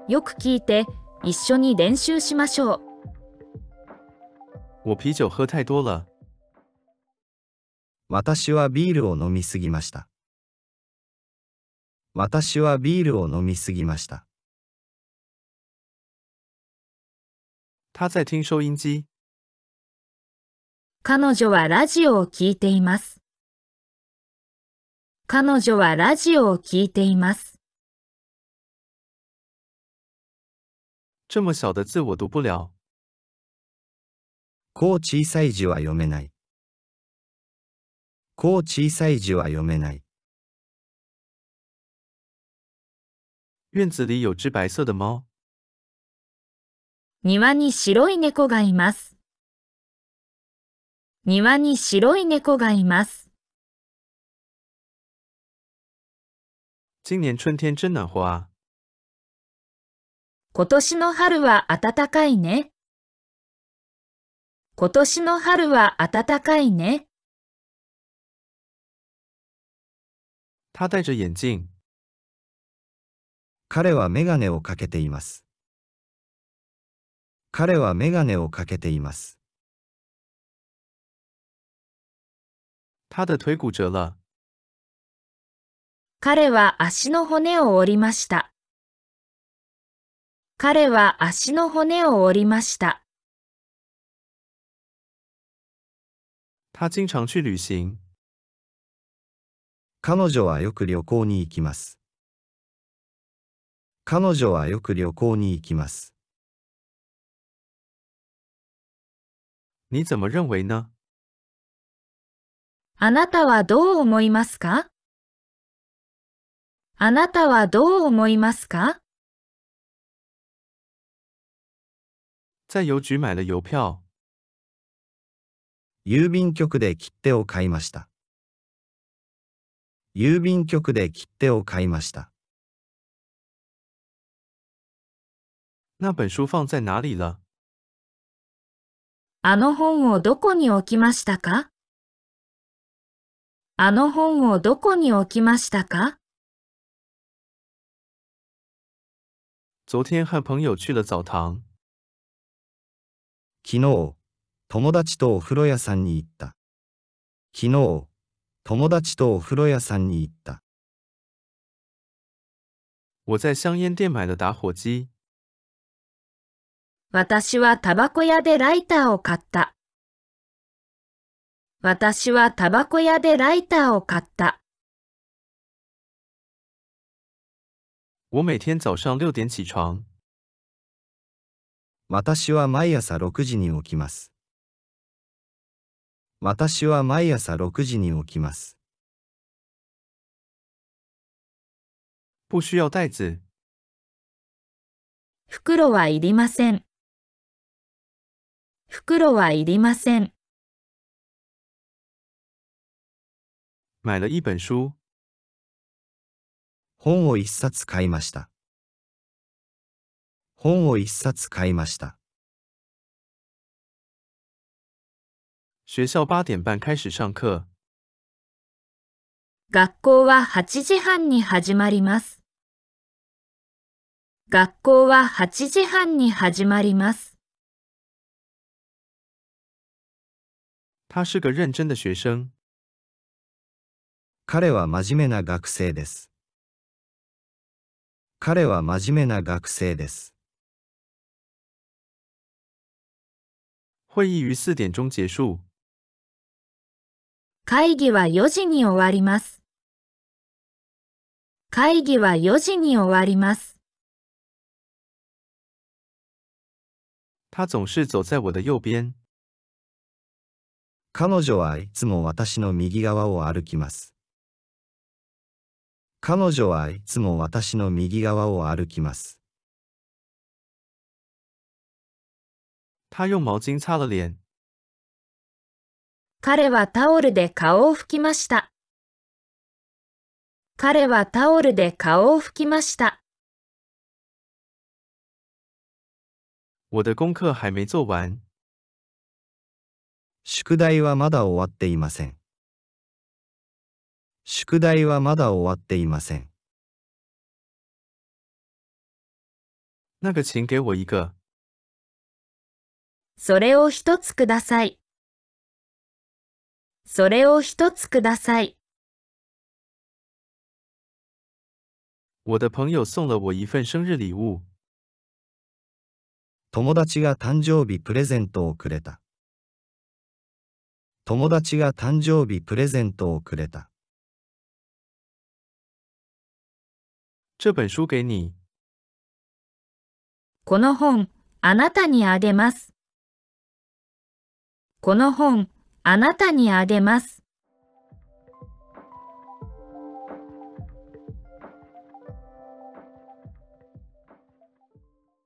よく聞いて、一緒に練習しましょう。 我啤酒喝太多了。 私はビールを飲みすぎました。私はビールを飲みすぎました。 他在听收音機。 彼女はラジオを聞いています。彼女はラジオを聞いています。 这么小的字我读不了。 こう小さい字は読めない。こう小さい字は読めない。 院子里有只白色的猫。 庭に白い猫がいます。庭に白い猫がいます。 今年春天真暖和啊。 今年の春は暖かいね。今年の春は暖かいね。 他戴着眼鏡。 彼はメガネをかけています。彼はメガネをかけています。 他的腿骨折了。 彼は足の骨を折りました。彼は足の骨を折りました。 他經常去旅行。 彼女はよく旅行に行きます。彼女はよく旅行に行きます。 你怎麼認為呢？ あなたはどう思いますか？あなたはどう思いますか？ 在郵局買了郵票。 郵便局で切手を買いました。郵便局で切手を買いました。 那本書放在哪裡了？ あの本をどこに置きましたか？あの本をどこに置きましたか？ 昨天和朋友去了澡堂。 昨日、友達とお風呂屋さんに行った。昨日、友達とお風呂屋さんに行った。 我在香煙店買了打火機。 私はタバコ屋でライターを買った。私はタバコ屋でライターを買った。 我每天早上6點起床。 私は毎朝6時に起きます。私は毎朝6時に起きます。 不需要袋子。 袋はいりません。袋はいりません。 買了一本書。 本を一冊買いました。本を一冊買いました。 學校8點半開始上課。 学校は8時半に始まります。学校は8時半に始まります。 他是個認真的學生。 彼は真面目な学生です。彼は真面目な学生です。 會議於4點鐘結束。 会議は4時に終わります。会議は4時に終わります。 他總是走在我的右邊。 彼女はいつも私の右側を歩きます。彼女はいつも私の右側を歩きます。 他用毛巾擦了臉。 彼はタオルで顔を拭きました。彼はタオルで顔を拭きました。 我的功課還沒做完。 宿題はまだ終わっていません。宿題はまだ終わっていません。 那个请给我一个。 それを一つください。それを一つください。 我的朋友送了我一份生日礼物。 友達が誕生日プレゼントをくれた。友達が誕生日プレゼントをくれた。 这本书给你。 この本、あなたにあげます。この本、あなたにあげます。